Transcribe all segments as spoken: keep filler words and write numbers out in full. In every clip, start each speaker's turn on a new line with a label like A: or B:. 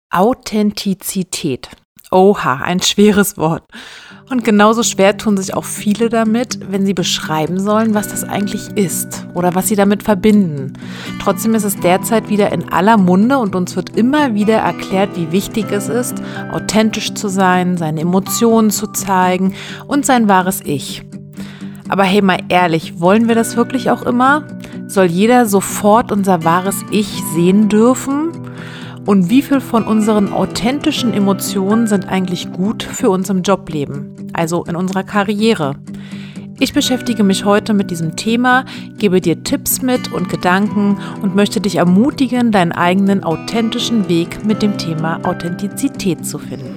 A: Authentizität. Oha, ein schweres Wort. Und genauso schwer tun sich auch viele damit, wenn sie beschreiben sollen, was das eigentlich ist oder was sie damit verbinden. Trotzdem ist es derzeit wieder in aller Munde und uns wird immer wieder erklärt, wie wichtig es ist, authentisch zu sein, seine Emotionen zu zeigen und sein wahres Ich. Aber hey, mal ehrlich, wollen wir das wirklich auch immer? Soll jeder sofort unser wahres Ich sehen dürfen? Und wie viel von unseren authentischen Emotionen sind eigentlich gut für uns im Jobleben, also in unserer Karriere? Ich beschäftige mich heute mit diesem Thema, gebe dir Tipps mit und Gedanken und möchte dich ermutigen, deinen eigenen authentischen Weg mit dem Thema Authentizität zu finden.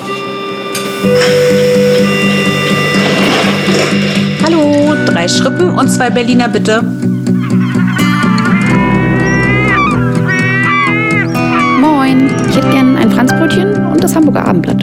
B: Hallo, drei Schrippen und zwei Berliner bitte.
C: Moin, ich hätte gern ein Franzbrötchen und das Hamburger Abendblatt.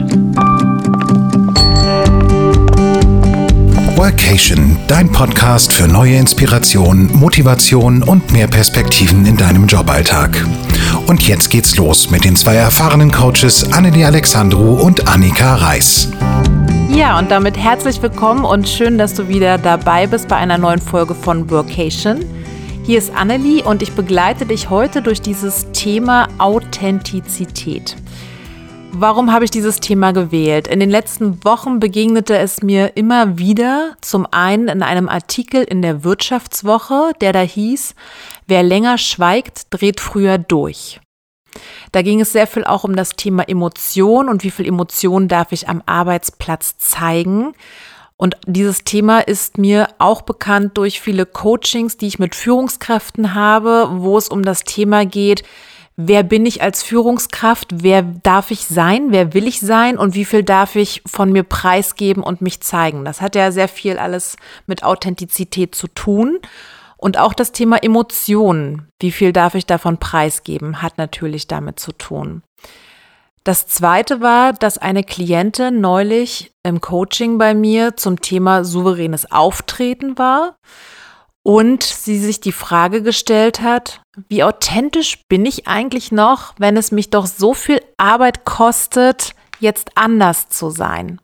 D: Workation, dein Podcast für neue Inspiration, Motivation und mehr Perspektiven in deinem Joballtag. Und jetzt geht's los mit den zwei erfahrenen Coaches Annelie Alexandru und Annika Reis.
A: Ja, und damit herzlich willkommen und schön, dass du wieder dabei bist bei einer neuen Folge von Workation. Hier ist Annelie und ich begleite dich heute durch dieses Thema Authentizität. Warum habe ich dieses Thema gewählt? In den letzten Wochen begegnete es mir immer wieder, zum einen in einem Artikel in der Wirtschaftswoche, der da hieß, wer länger schweigt, dreht früher durch. Da ging es sehr viel auch um das Thema Emotion und wie viel Emotion darf ich am Arbeitsplatz zeigen. Und dieses Thema ist mir auch bekannt durch viele Coachings, die ich mit Führungskräften habe, wo es um das Thema geht, wer bin ich als Führungskraft, wer darf ich sein, wer will ich sein und wie viel darf ich von mir preisgeben und mich zeigen. Das hat ja sehr viel alles mit Authentizität zu tun. Und auch das Thema Emotionen, wie viel darf ich davon preisgeben, hat natürlich damit zu tun. Das Zweite war, dass eine Klientin neulich im Coaching bei mir zum Thema souveränes Auftreten war und sie sich die Frage gestellt hat, wie authentisch bin ich eigentlich noch, wenn es mich doch so viel Arbeit kostet, jetzt anders zu sein?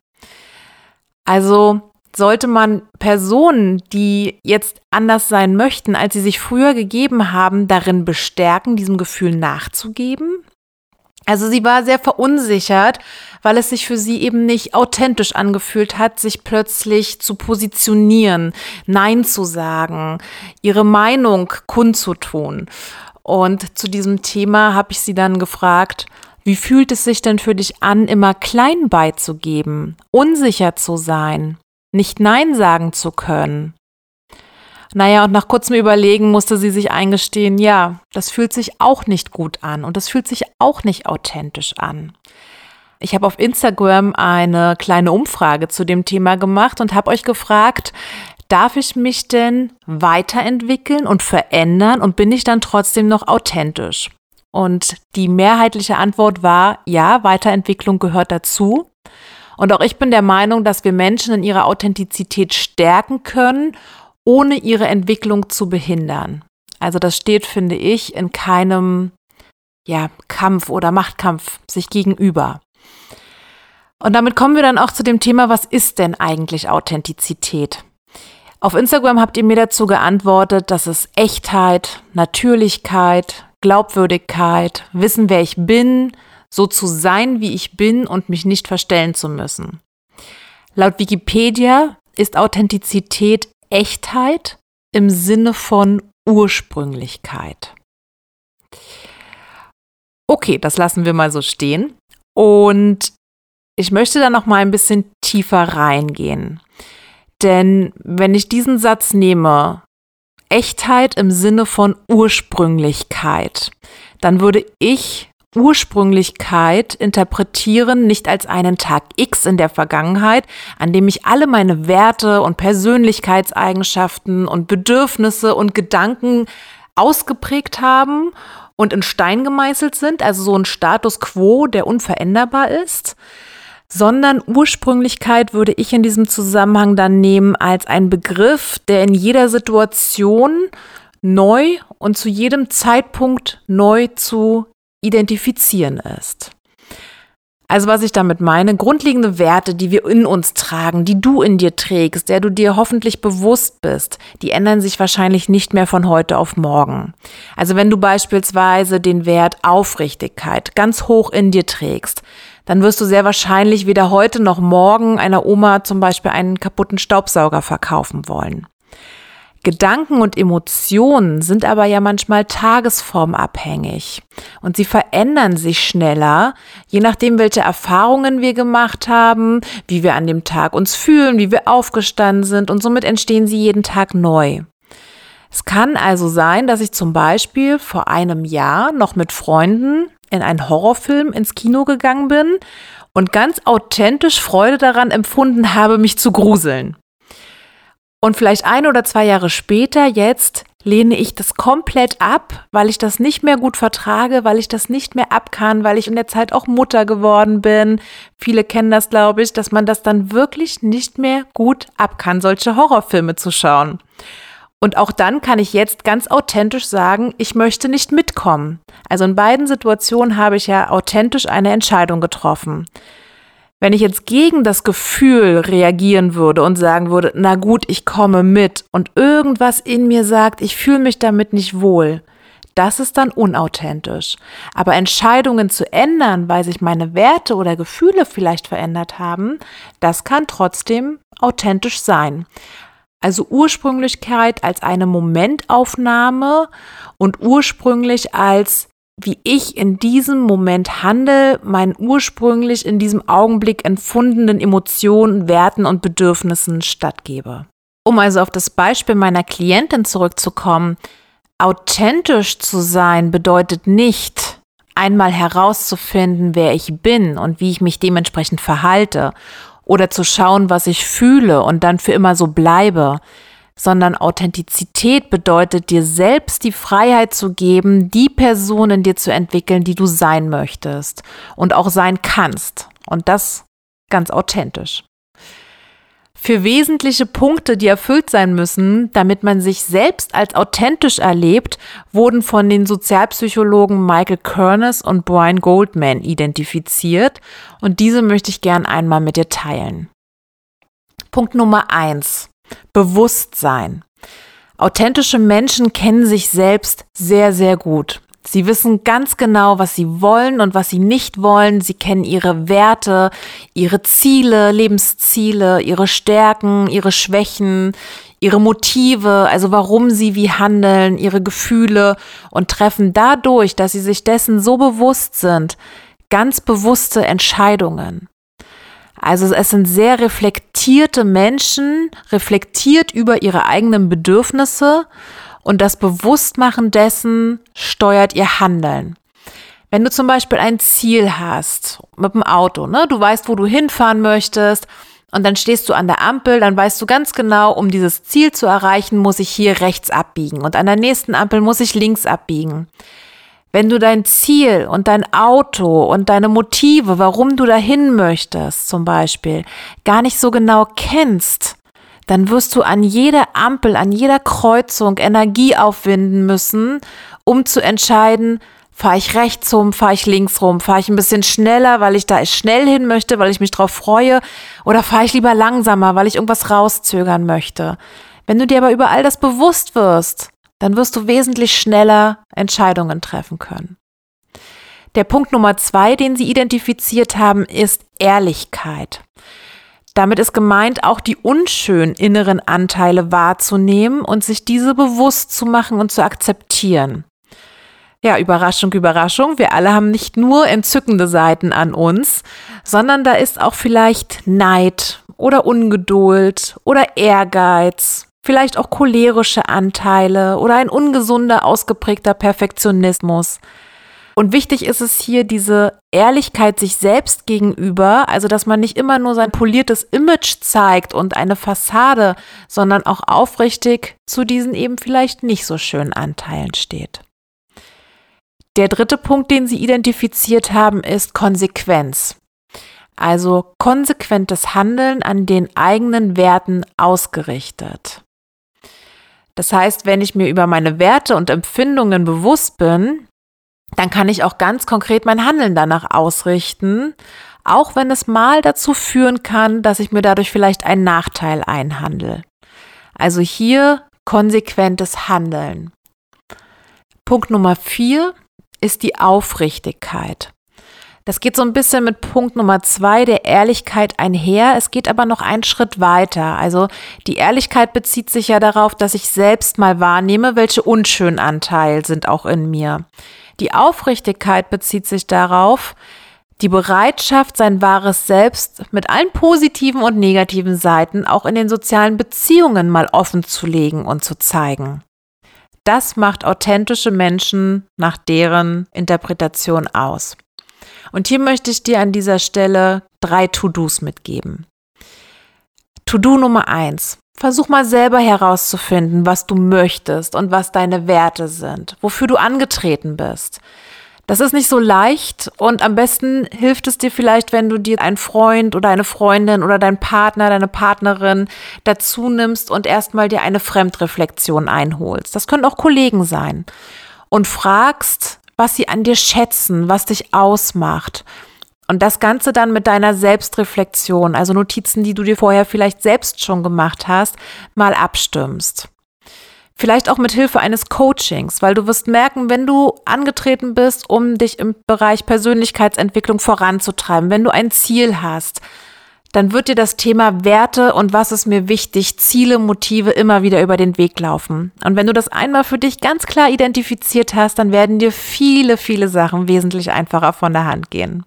A: Also sollte man Personen, die jetzt anders sein möchten, als sie sich früher gegeben haben, darin bestärken, diesem Gefühl nachzugeben? Also sie war sehr verunsichert, weil es sich für sie eben nicht authentisch angefühlt hat, sich plötzlich zu positionieren, Nein zu sagen, ihre Meinung kundzutun. Und zu diesem Thema habe ich sie dann gefragt, wie fühlt es sich denn für dich an, immer klein beizugeben, unsicher zu sein, nicht Nein sagen zu können? Naja, und nach kurzem Überlegen musste sie sich eingestehen, ja, das fühlt sich auch nicht gut an und das fühlt sich auch nicht authentisch an. Ich habe auf Instagram eine kleine Umfrage zu dem Thema gemacht und habe euch gefragt, darf ich mich denn weiterentwickeln und verändern und bin ich dann trotzdem noch authentisch? Und die mehrheitliche Antwort war, ja, Weiterentwicklung gehört dazu. Und auch ich bin der Meinung, dass wir Menschen in ihrer Authentizität stärken können, ohne ihre Entwicklung zu behindern. Also das steht, finde ich, in keinem ja, Kampf oder Machtkampf sich gegenüber. Und damit kommen wir dann auch zu dem Thema, was ist denn eigentlich Authentizität? Auf Instagram habt ihr mir dazu geantwortet, dass es Echtheit, Natürlichkeit, Glaubwürdigkeit, wissen, wer ich bin, so zu sein, wie ich bin und mich nicht verstellen zu müssen. Laut Wikipedia ist Authentizität Echtheit im Sinne von Ursprünglichkeit. Okay, das lassen wir mal so stehen. Und ich möchte da noch mal ein bisschen tiefer reingehen. Denn wenn ich diesen Satz nehme, Echtheit im Sinne von Ursprünglichkeit, dann würde ich Ursprünglichkeit interpretieren, nicht als einen Tag X in der Vergangenheit, an dem ich alle meine Werte und Persönlichkeitseigenschaften und Bedürfnisse und Gedanken ausgeprägt haben und in Stein gemeißelt sind, also so ein Status quo, der unveränderbar ist, sondern Ursprünglichkeit würde ich in diesem Zusammenhang dann nehmen als einen Begriff, der in jeder Situation neu und zu jedem Zeitpunkt neu zu identifizieren ist. Also was ich damit meine, grundlegende Werte, die wir in uns tragen, die du in dir trägst, der du dir hoffentlich bewusst bist, die ändern sich wahrscheinlich nicht mehr von heute auf morgen. Also wenn du beispielsweise den Wert Aufrichtigkeit ganz hoch in dir trägst, dann wirst du sehr wahrscheinlich weder heute noch morgen einer Oma zum Beispiel einen kaputten Staubsauger verkaufen wollen. Gedanken und Emotionen sind aber ja manchmal tagesformabhängig und sie verändern sich schneller, je nachdem, welche Erfahrungen wir gemacht haben, wie wir an dem Tag uns fühlen, wie wir aufgestanden sind und somit entstehen sie jeden Tag neu. Es kann also sein, dass ich zum Beispiel vor einem Jahr noch mit Freunden in einen Horrorfilm ins Kino gegangen bin und ganz authentisch Freude daran empfunden habe, mich zu gruseln. Und vielleicht ein oder zwei Jahre später, jetzt lehne ich das komplett ab, weil ich das nicht mehr gut vertrage, weil ich das nicht mehr ab kann, weil ich in der Zeit auch Mutter geworden bin. Viele kennen das, glaube ich, dass man das dann wirklich nicht mehr gut ab kann, solche Horrorfilme zu schauen. Und auch dann kann ich jetzt ganz authentisch sagen, ich möchte nicht mitkommen. Also in beiden Situationen habe ich ja authentisch eine Entscheidung getroffen. Wenn ich jetzt gegen das Gefühl reagieren würde und sagen würde, na gut, ich komme mit und irgendwas in mir sagt, ich fühle mich damit nicht wohl, das ist dann unauthentisch. Aber Entscheidungen zu ändern, weil sich meine Werte oder Gefühle vielleicht verändert haben, das kann trotzdem authentisch sein. Also Ursprünglichkeit als eine Momentaufnahme und ursprünglich als wie ich in diesem Moment handle, meinen ursprünglich in diesem Augenblick empfundenen Emotionen, Werten und Bedürfnissen stattgebe. Um also auf das Beispiel meiner Klientin zurückzukommen, authentisch zu sein bedeutet nicht, einmal herauszufinden, wer ich bin und wie ich mich dementsprechend verhalte oder zu schauen, was ich fühle und dann für immer so bleibe, sondern Authentizität bedeutet, dir selbst die Freiheit zu geben, die Person in dir zu entwickeln, die du sein möchtest und auch sein kannst. Und das ganz authentisch. Für wesentliche Punkte, die erfüllt sein müssen, damit man sich selbst als authentisch erlebt, wurden von den Sozialpsychologen Michael Kernes und Brian Goldman identifiziert. Und diese möchte ich gern einmal mit dir teilen. Punkt Nummer eins. Bewusstsein. Authentische Menschen kennen sich selbst sehr, sehr gut. Sie wissen ganz genau, was sie wollen und was sie nicht wollen. Sie kennen ihre Werte, ihre Ziele, Lebensziele, ihre Stärken, ihre Schwächen, ihre Motive, also warum sie wie handeln, ihre Gefühle und treffen dadurch, dass sie sich dessen so bewusst sind, ganz bewusste Entscheidungen. Also es sind sehr reflektierte Menschen, reflektiert über ihre eigenen Bedürfnisse und das Bewusstmachen dessen steuert ihr Handeln. Wenn du zum Beispiel ein Ziel hast mit dem Auto, ne, du weißt, wo du hinfahren möchtest und dann stehst du an der Ampel, dann weißt du ganz genau, um dieses Ziel zu erreichen, muss ich hier rechts abbiegen und an der nächsten Ampel muss ich links abbiegen. Wenn du dein Ziel und dein Auto und deine Motive, warum du dahin möchtest zum Beispiel, gar nicht so genau kennst, dann wirst du an jeder Ampel, an jeder Kreuzung Energie aufwenden müssen, um zu entscheiden, fahre ich rechts rum, fahre ich links rum, fahre ich ein bisschen schneller, weil ich da schnell hin möchte, weil ich mich drauf freue, oder fahre ich lieber langsamer, weil ich irgendwas rauszögern möchte. Wenn du dir aber über all das bewusst wirst, dann wirst du wesentlich schneller Entscheidungen treffen können. Der Punkt Nummer zwei, den sie identifiziert haben, ist Ehrlichkeit. Damit ist gemeint, auch die unschönen inneren Anteile wahrzunehmen und sich diese bewusst zu machen und zu akzeptieren. Ja, Überraschung, Überraschung, wir alle haben nicht nur entzückende Seiten an uns, sondern da ist auch vielleicht Neid oder Ungeduld oder Ehrgeiz, vielleicht auch cholerische Anteile oder ein ungesunder, ausgeprägter Perfektionismus. Und wichtig ist es hier, diese Ehrlichkeit sich selbst gegenüber, also dass man nicht immer nur sein poliertes Image zeigt und eine Fassade, sondern auch aufrichtig zu diesen eben vielleicht nicht so schönen Anteilen steht. Der dritte Punkt, den sie identifiziert haben, ist Konsequenz. Also konsequentes Handeln an den eigenen Werten ausgerichtet. Das heißt, wenn ich mir über meine Werte und Empfindungen bewusst bin, dann kann ich auch ganz konkret mein Handeln danach ausrichten, auch wenn es mal dazu führen kann, dass ich mir dadurch vielleicht einen Nachteil einhandle. Also hier konsequentes Handeln. Punkt Nummer vier ist die Aufrichtigkeit. Das geht so ein bisschen mit Punkt Nummer zwei, der Ehrlichkeit einher. Es geht aber noch einen Schritt weiter. Also die Ehrlichkeit bezieht sich ja darauf, dass ich selbst mal wahrnehme, welche unschönen Anteile sind auch in mir. Die Aufrichtigkeit bezieht sich darauf, die Bereitschaft, sein wahres Selbst mit allen positiven und negativen Seiten auch in den sozialen Beziehungen mal offen zu legen und zu zeigen. Das macht authentische Menschen nach deren Interpretation aus. Und hier möchte ich dir an dieser Stelle drei To-Dos mitgeben. To-Do Nummer eins. Versuch mal selber herauszufinden, was du möchtest und was deine Werte sind, wofür du angetreten bist. Das ist nicht so leicht und am besten hilft es dir vielleicht, wenn du dir einen Freund oder eine Freundin oder deinen Partner, deine Partnerin dazu nimmst und erstmal dir eine Fremdreflexion einholst. Das können auch Kollegen sein. Und fragst, was sie an dir schätzen, was dich ausmacht. Und das Ganze dann mit deiner Selbstreflexion, also Notizen, die du dir vorher vielleicht selbst schon gemacht hast, mal abstimmst. Vielleicht auch mit Hilfe eines Coachings, weil du wirst merken, wenn du angetreten bist, um dich im Bereich Persönlichkeitsentwicklung voranzutreiben, wenn du ein Ziel hast, dann wird dir das Thema Werte und was ist mir wichtig, Ziele, Motive immer wieder über den Weg laufen. Und wenn du das einmal für dich ganz klar identifiziert hast, dann werden dir viele, viele Sachen wesentlich einfacher von der Hand gehen.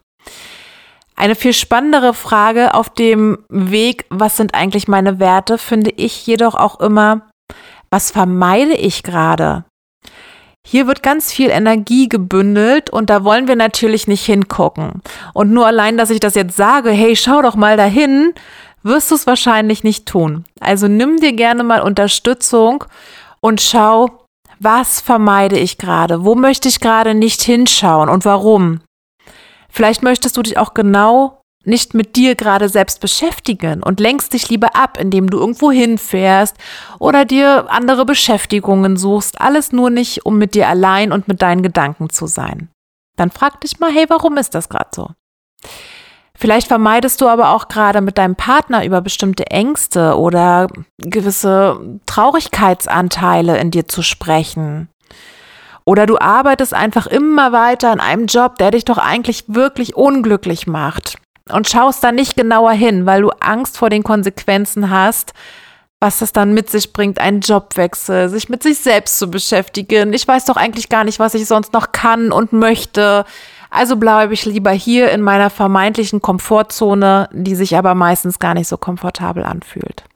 A: Eine viel spannendere Frage auf dem Weg, was sind eigentlich meine Werte, finde ich jedoch auch immer, was vermeide ich gerade? Hier wird ganz viel Energie gebündelt und da wollen wir natürlich nicht hingucken. Und nur allein, dass ich das jetzt sage, hey, schau doch mal dahin, wirst du es wahrscheinlich nicht tun. Also nimm dir gerne mal Unterstützung und schau, was vermeide ich gerade? Wo möchte ich gerade nicht hinschauen und warum? Vielleicht möchtest du dich auch genau nicht mit dir gerade selbst beschäftigen und lenkst dich lieber ab, indem du irgendwo hinfährst oder dir andere Beschäftigungen suchst. Alles nur nicht, um mit dir allein und mit deinen Gedanken zu sein. Dann frag dich mal, hey, warum ist das gerade so? Vielleicht vermeidest du aber auch gerade mit deinem Partner über bestimmte Ängste oder gewisse Traurigkeitsanteile in dir zu sprechen. Oder du arbeitest einfach immer weiter an einem Job, der dich doch eigentlich wirklich unglücklich macht. Und schaust da nicht genauer hin, weil du Angst vor den Konsequenzen hast, was das dann mit sich bringt, einen Jobwechsel, sich mit sich selbst zu beschäftigen. Ich weiß doch eigentlich gar nicht, was ich sonst noch kann und möchte. Also bleibe ich lieber hier in meiner vermeintlichen Komfortzone, die sich aber meistens gar nicht so komfortabel anfühlt.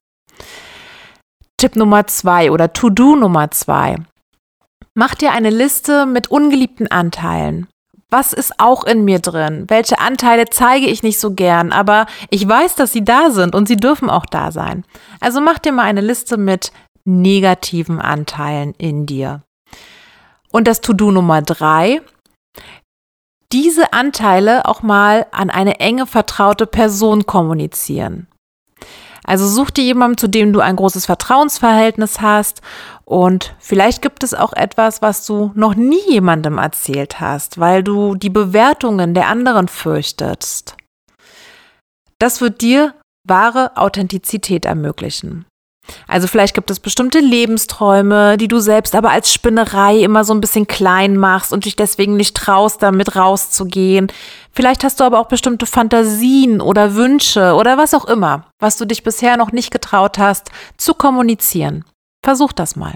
A: Tipp Nummer zwei oder To-Do Nummer zwei. Mach dir eine Liste mit ungeliebten Anteilen. Was ist auch in mir drin? Welche Anteile zeige ich nicht so gern, aber ich weiß, dass sie da sind und sie dürfen auch da sein. Also mach dir mal eine Liste mit negativen Anteilen in dir. Und das To-Do Nummer drei, diese Anteile auch mal an eine enge vertraute Person kommunizieren. Also such dir jemanden, zu dem du ein großes Vertrauensverhältnis hast und vielleicht gibt es auch etwas, was du noch nie jemandem erzählt hast, weil du die Bewertungen der anderen fürchtest. Das wird dir wahre Authentizität ermöglichen. Also vielleicht gibt es bestimmte Lebensträume, die du selbst aber als Spinnerei immer so ein bisschen klein machst und dich deswegen nicht traust, damit rauszugehen. Vielleicht hast du aber auch bestimmte Fantasien oder Wünsche oder was auch immer, was du dich bisher noch nicht getraut hast, zu kommunizieren. Versuch das mal.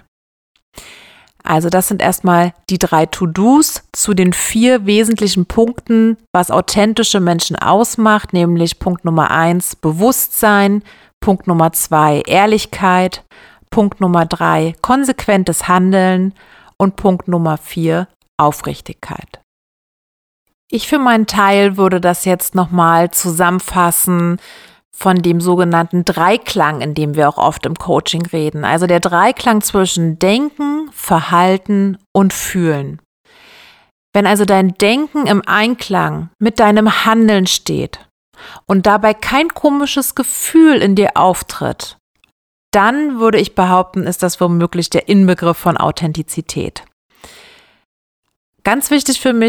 A: Also das sind erstmal die drei To-Dos zu den vier wesentlichen Punkten, was authentische Menschen ausmacht, nämlich Punkt Nummer eins, Bewusstsein, Punkt Nummer zwei, Ehrlichkeit, Punkt Nummer drei, konsequentes Handeln und Punkt Nummer vier, Aufrichtigkeit. Ich für meinen Teil würde das jetzt nochmal zusammenfassen von dem sogenannten Dreiklang, in dem wir auch oft im Coaching reden. Also der Dreiklang zwischen Denken, Verhalten und Fühlen. Wenn also dein Denken im Einklang mit deinem Handeln steht und dabei kein komisches Gefühl in dir auftritt, dann würde ich behaupten, ist das womöglich der Inbegriff von Authentizität. Ganz wichtig für mich,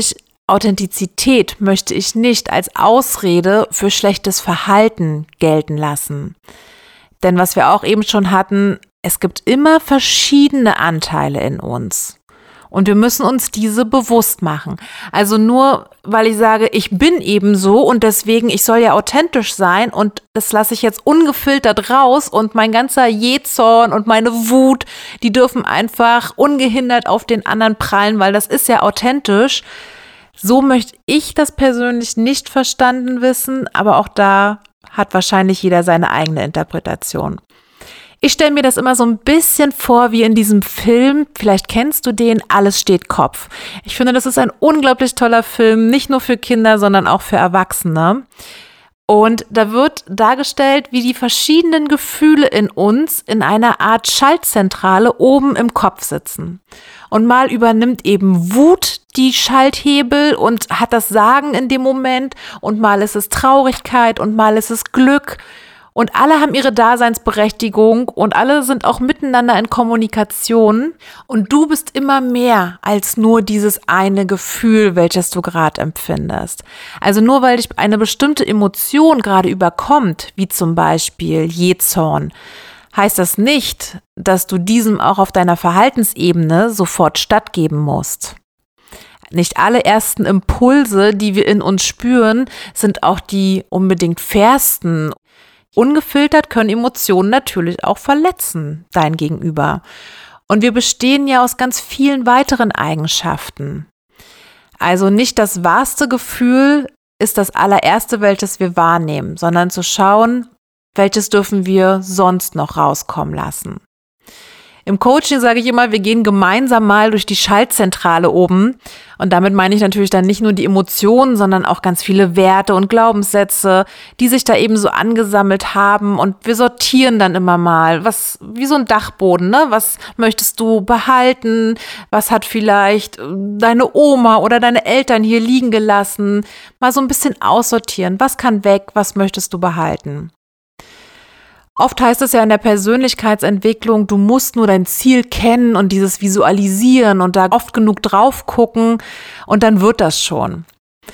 A: Authentizität möchte ich nicht als Ausrede für schlechtes Verhalten gelten lassen. Denn was wir auch eben schon hatten, es gibt immer verschiedene Anteile in uns. Und wir müssen uns diese bewusst machen. Also nur, weil ich sage, ich bin eben so und deswegen, ich soll ja authentisch sein und das lasse ich jetzt ungefiltert raus und mein ganzer Jähzorn und meine Wut, die dürfen einfach ungehindert auf den anderen prallen, weil das ist ja authentisch. So möchte ich das persönlich nicht verstanden wissen, aber auch da hat wahrscheinlich jeder seine eigene Interpretation. Ich stelle mir das immer so ein bisschen vor wie in diesem Film, vielleicht kennst du den, Alles steht Kopf. Ich finde, das ist ein unglaublich toller Film, nicht nur für Kinder, sondern auch für Erwachsene. Und da wird dargestellt, wie die verschiedenen Gefühle in uns in einer Art Schaltzentrale oben im Kopf sitzen. Und mal übernimmt eben Wut die Schalthebel und hat das Sagen in dem Moment und mal ist es Traurigkeit und mal ist es Glück. Und alle haben ihre Daseinsberechtigung und alle sind auch miteinander in Kommunikation. Und du bist immer mehr als nur dieses eine Gefühl, welches du gerade empfindest. Also nur weil dich eine bestimmte Emotion gerade überkommt, wie zum Beispiel Jähzorn, heißt das nicht, dass du diesem auch auf deiner Verhaltensebene sofort stattgeben musst. Nicht alle ersten Impulse, die wir in uns spüren, sind auch die unbedingt fairsten. Ungefiltert können Emotionen natürlich auch verletzen, dein Gegenüber. Und wir bestehen ja aus ganz vielen weiteren Eigenschaften. Also nicht das wahrste Gefühl ist das allererste, welches wir wahrnehmen, sondern zu schauen, welches dürfen wir sonst noch rauskommen lassen. Im Coaching sage ich immer, wir gehen gemeinsam mal durch die Schaltzentrale oben. Und damit meine ich natürlich dann nicht nur die Emotionen, sondern auch ganz viele Werte und Glaubenssätze, die sich da eben so angesammelt haben. Und wir sortieren dann immer mal, was wie so ein Dachboden, ne? Was möchtest du behalten? Was hat vielleicht deine Oma oder deine Eltern hier liegen gelassen? Mal so ein bisschen aussortieren. Was kann weg? Was möchtest du behalten? Oft heißt es ja in der Persönlichkeitsentwicklung, du musst nur dein Ziel kennen und dieses Visualisieren und da oft genug drauf gucken und dann wird das schon.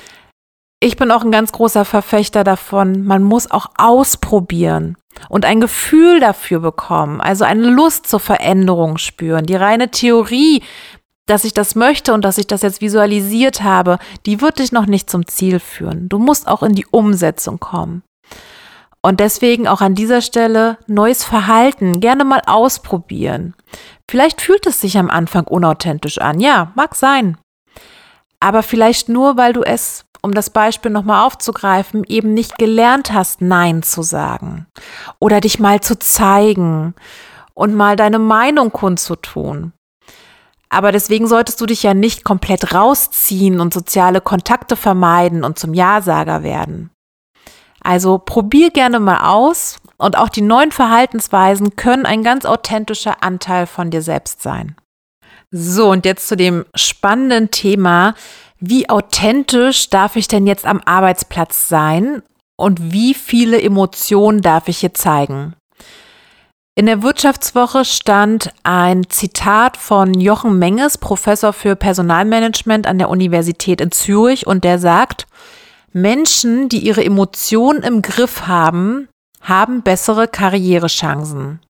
A: Ich bin auch ein ganz großer Verfechter davon, man muss auch ausprobieren und ein Gefühl dafür bekommen, also eine Lust zur Veränderung spüren. Die reine Theorie, dass ich das möchte und dass ich das jetzt visualisiert habe, die wird dich noch nicht zum Ziel führen. Du musst auch in die Umsetzung kommen. Und deswegen auch an dieser Stelle neues Verhalten gerne mal ausprobieren. Vielleicht fühlt es sich am Anfang unauthentisch an. Ja, mag sein. Aber vielleicht nur, weil du es, um das Beispiel nochmal aufzugreifen, eben nicht gelernt hast, Nein zu sagen. Oder dich mal zu zeigen und mal deine Meinung kundzutun. Aber deswegen solltest du dich ja nicht komplett rausziehen und soziale Kontakte vermeiden und zum Ja-Sager werden. Also probier gerne mal aus und auch die neuen Verhaltensweisen können ein ganz authentischer Anteil von dir selbst sein. So, und jetzt zu dem spannenden Thema, wie authentisch darf ich denn jetzt am Arbeitsplatz sein und wie viele Emotionen darf ich hier zeigen? In der Wirtschaftswoche stand ein Zitat von Jochen Menges, Professor für Personalmanagement an der Universität in Zürich, und der sagt: Menschen, die ihre Emotionen im Griff haben, haben bessere Karrierechancen.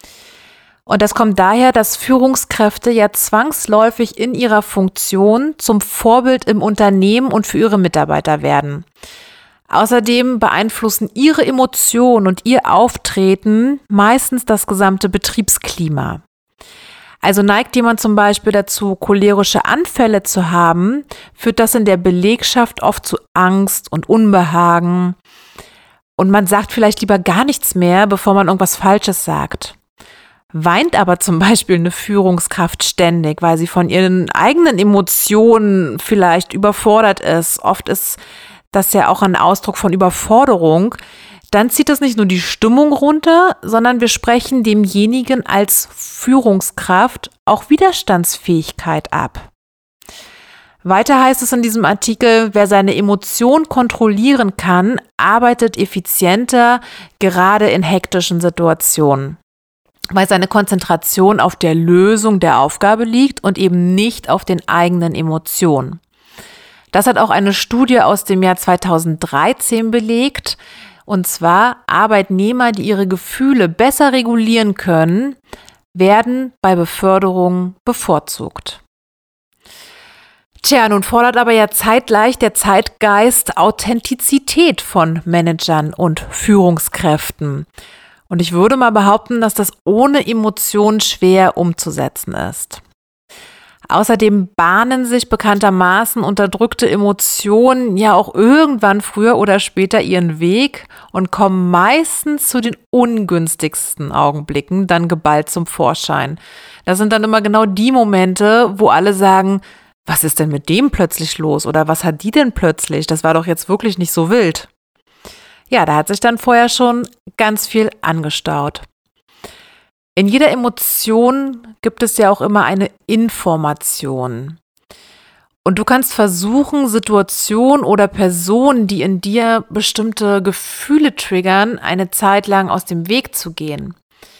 A: Und das kommt daher, dass Führungskräfte ja zwangsläufig in ihrer Funktion zum Vorbild im Unternehmen und für ihre Mitarbeiter werden. Außerdem beeinflussen ihre Emotionen und ihr Auftreten meistens das gesamte Betriebsklima. Also neigt jemand zum Beispiel dazu, cholerische Anfälle zu haben, führt das in der Belegschaft oft zu Angst und Unbehagen. Und man sagt vielleicht lieber gar nichts mehr, bevor man irgendwas Falsches sagt. Weint aber zum Beispiel eine Führungskraft ständig, weil sie von ihren eigenen Emotionen vielleicht überfordert ist. Oft ist das ja auch ein Ausdruck von Überforderung. Dann zieht das nicht nur die Stimmung runter, sondern wir sprechen demjenigen als Führungskraft auch Widerstandsfähigkeit ab. Weiter heißt es in diesem Artikel, wer seine Emotionen kontrollieren kann, arbeitet effizienter, gerade in hektischen Situationen, weil seine Konzentration auf der Lösung der Aufgabe liegt und eben nicht auf den eigenen Emotionen. Das hat auch eine Studie aus dem Jahr zweitausenddreizehn belegt. Und zwar Arbeitnehmer, die ihre Gefühle besser regulieren können, werden bei Beförderung bevorzugt. Tja, nun fordert aber ja zeitgleich der Zeitgeist Authentizität von Managern und Führungskräften. Und ich würde mal behaupten, dass das ohne Emotionen schwer umzusetzen ist. Außerdem bahnen sich bekanntermaßen unterdrückte Emotionen ja auch irgendwann früher oder später ihren Weg und kommen meistens zu den ungünstigsten Augenblicken dann geballt zum Vorschein. Das sind dann immer genau die Momente, wo alle sagen, was ist denn mit dem plötzlich los oder was hat die denn plötzlich? Das war doch jetzt wirklich nicht so wild. Ja, da hat sich dann vorher schon ganz viel angestaut. In jeder Emotion gibt es ja auch immer eine Information. Und du kannst versuchen, Situationen oder Personen, die in dir bestimmte Gefühle triggern, eine Zeit lang aus dem Weg zu gehen.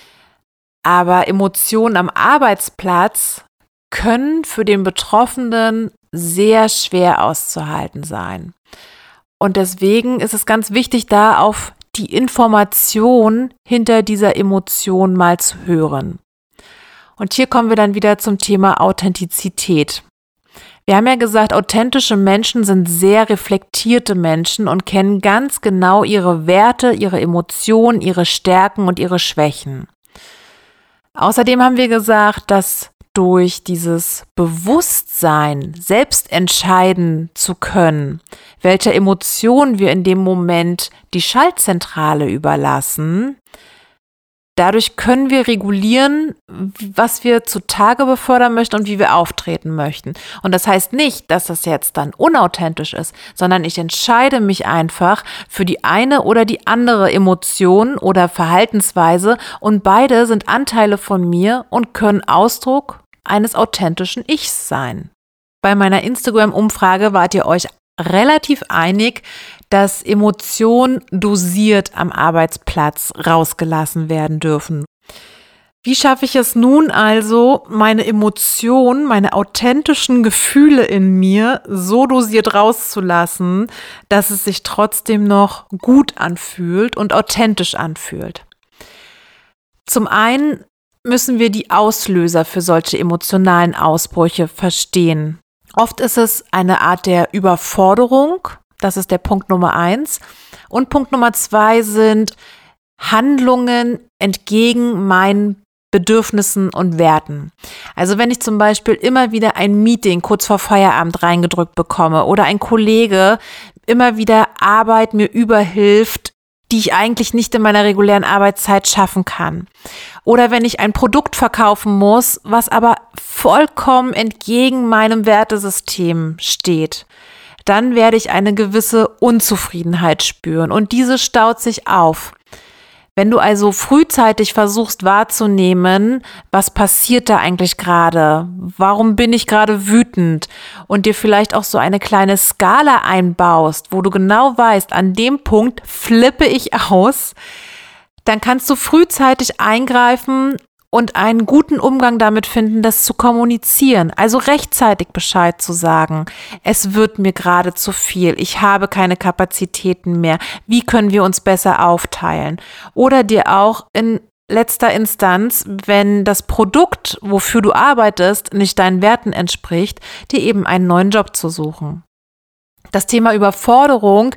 A: Aber Emotionen am Arbeitsplatz können für den Betroffenen sehr schwer auszuhalten sein. Und deswegen ist es ganz wichtig, da auf die Information hinter dieser Emotion mal zu hören. Und hier kommen wir dann wieder zum Thema Authentizität. Wir haben ja gesagt, authentische Menschen sind sehr reflektierte Menschen und kennen ganz genau ihre Werte, ihre Emotionen, ihre Stärken und ihre Schwächen. Außerdem haben wir gesagt, dass durch dieses Bewusstsein, selbst entscheiden zu können, welcher Emotion wir in dem Moment die Schaltzentrale überlassen, dadurch können wir regulieren, was wir zutage befördern möchten und wie wir auftreten möchten. Und das heißt nicht, dass das jetzt dann unauthentisch ist, sondern ich entscheide mich einfach für die eine oder die andere Emotion oder Verhaltensweise und beide sind Anteile von mir und können Ausdruck eines authentischen Ichs sein. Bei meiner Instagram-Umfrage wart ihr euch relativ einig, dass Emotionen dosiert am Arbeitsplatz rausgelassen werden dürfen. Wie schaffe ich es nun also, meine Emotionen, meine authentischen Gefühle in mir so dosiert rauszulassen, dass es sich trotzdem noch gut anfühlt und authentisch anfühlt? Zum einen müssen wir die Auslöser für solche emotionalen Ausbrüche verstehen. Oft ist es eine Art der Überforderung, das ist der Punkt Nummer eins. Und Punkt Nummer zwei sind Handlungen entgegen meinen Bedürfnissen und Werten. Also wenn ich zum Beispiel immer wieder ein Meeting kurz vor Feierabend reingedrückt bekomme oder ein Kollege immer wieder Arbeit mir überhilft, die ich eigentlich nicht in meiner regulären Arbeitszeit schaffen kann. Oder wenn ich ein Produkt verkaufen muss, was aber vollkommen entgegen meinem Wertesystem steht, dann werde ich eine gewisse Unzufriedenheit spüren und diese staut sich auf. Wenn du also frühzeitig versuchst wahrzunehmen, was passiert da eigentlich gerade, warum bin ich gerade wütend und dir vielleicht auch so eine kleine Skala einbaust, wo du genau weißt, an dem Punkt flippe ich aus, dann kannst du frühzeitig eingreifen und einen guten Umgang damit finden, das zu kommunizieren, also rechtzeitig Bescheid zu sagen. Es wird mir gerade zu viel, ich habe keine Kapazitäten mehr, wie können wir uns besser aufteilen? Oder dir auch in letzter Instanz, wenn das Produkt, wofür du arbeitest, nicht deinen Werten entspricht, dir eben einen neuen Job zu suchen. Das Thema Überforderung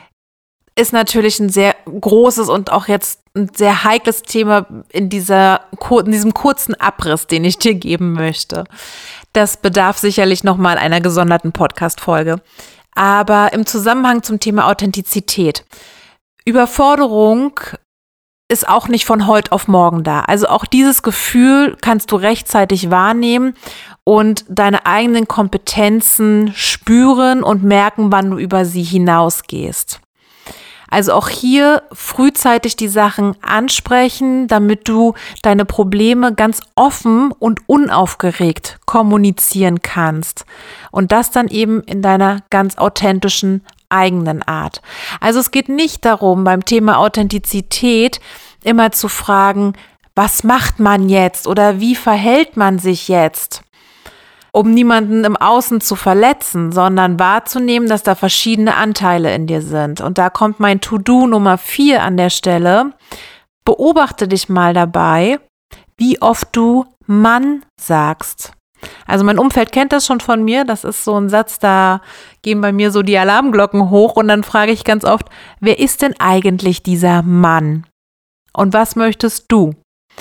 A: ist natürlich ein sehr großes und auch jetzt ein sehr heikles Thema in, dieser, in diesem kurzen Abriss, den ich dir geben möchte. Das bedarf sicherlich nochmal einer gesonderten Podcast-Folge. Aber im Zusammenhang zum Thema Authentizität. Überforderung ist auch nicht von heute auf morgen da. Also auch dieses Gefühl kannst du rechtzeitig wahrnehmen und deine eigenen Kompetenzen spüren und merken, wann du über sie hinausgehst. Also auch hier frühzeitig die Sachen ansprechen, damit du deine Probleme ganz offen und unaufgeregt kommunizieren kannst. Und das dann eben in deiner ganz authentischen eigenen Art. Also es geht nicht darum, beim Thema Authentizität immer zu fragen, was macht man jetzt oder wie verhält man sich jetzt? um niemanden im Außen zu verletzen, sondern wahrzunehmen, dass da verschiedene Anteile in dir sind. Und da kommt mein To-Do Nummer vier an der Stelle. Beobachte dich mal dabei, wie oft du Mann sagst. Also mein Umfeld kennt das schon von mir. Das ist so ein Satz, da gehen bei mir so die Alarmglocken hoch und dann frage ich ganz oft, wer ist denn eigentlich dieser Mann? Und was möchtest du?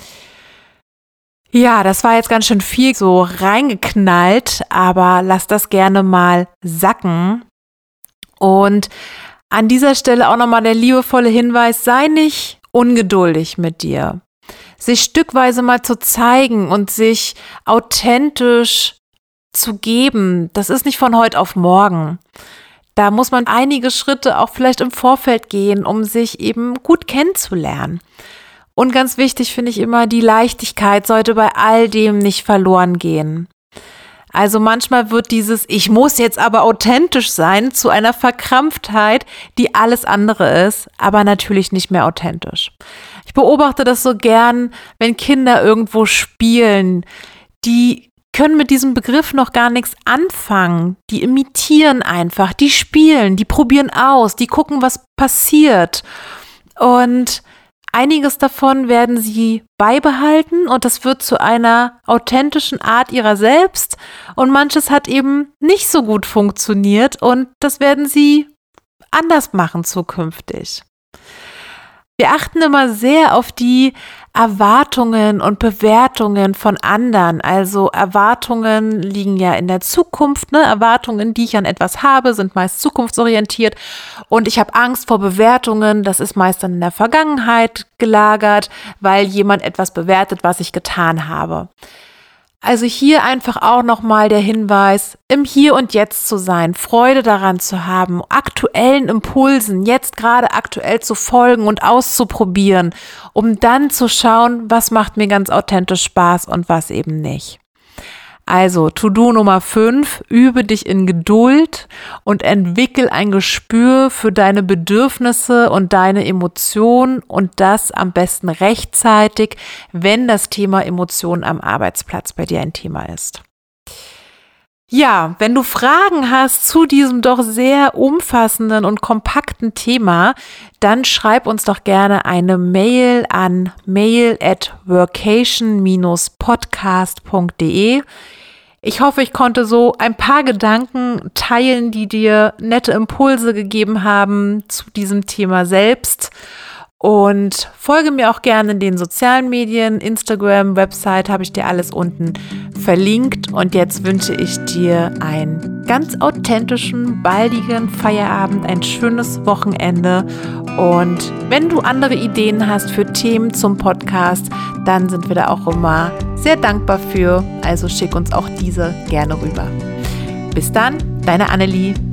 A: Ja, das war jetzt ganz schön viel so reingeknallt, aber lass das gerne mal sacken. Und an dieser Stelle auch nochmal der liebevolle Hinweis, sei nicht ungeduldig mit dir. Sich stückweise mal zu zeigen und sich authentisch zu geben, das ist nicht von heute auf morgen. Da muss man einige Schritte auch vielleicht im Vorfeld gehen, um sich eben gut kennenzulernen. Und ganz wichtig finde ich immer, die Leichtigkeit sollte bei all dem nicht verloren gehen. Also manchmal wird dieses Ich muss jetzt aber authentisch sein zu einer Verkrampftheit, die alles andere ist, aber natürlich nicht mehr authentisch. Ich beobachte das so gern, wenn Kinder irgendwo spielen, die können mit diesem Begriff noch gar nichts anfangen. Die imitieren einfach, die spielen, die probieren aus, die gucken, was passiert. Und einiges davon werden sie beibehalten und das wird zu einer authentischen Art ihrer selbst. Und manches hat eben nicht so gut funktioniert und das werden sie anders machen zukünftig. Wir achten immer sehr auf die Erwartungen und Bewertungen von anderen. Also Erwartungen liegen ja in der Zukunft, ne? Erwartungen, die ich an etwas habe, sind meist zukunftsorientiert. Und ich habe Angst vor Bewertungen, das ist meist dann in der Vergangenheit gelagert, weil jemand etwas bewertet, was ich getan habe. Also hier einfach auch nochmal der Hinweis, im Hier und Jetzt zu sein, Freude daran zu haben, aktuellen Impulsen jetzt gerade aktuell zu folgen und auszuprobieren, um dann zu schauen, was macht mir ganz authentisch Spaß und was eben nicht. Also To-Do Nummer fünf, übe dich in Geduld und entwickel ein Gespür für deine Bedürfnisse und deine Emotionen und das am besten rechtzeitig, wenn das Thema Emotionen am Arbeitsplatz bei dir ein Thema ist. Ja, wenn du Fragen hast zu diesem doch sehr umfassenden und kompakten Thema, dann schreib uns doch gerne eine Mail an mail at workation dash podcast punkt de. Ich hoffe, ich konnte so ein paar Gedanken teilen, die dir nette Impulse gegeben haben zu diesem Thema selbst. Und folge mir auch gerne in den sozialen Medien, Instagram, Website, habe ich dir alles unten verlinkt. Und jetzt wünsche ich dir einen ganz authentischen, baldigen Feierabend, ein schönes Wochenende. Und wenn du andere Ideen hast für Themen zum Podcast, dann sind wir da auch immer sehr dankbar für. Also schick uns auch diese gerne rüber. Bis dann, deine Annelie.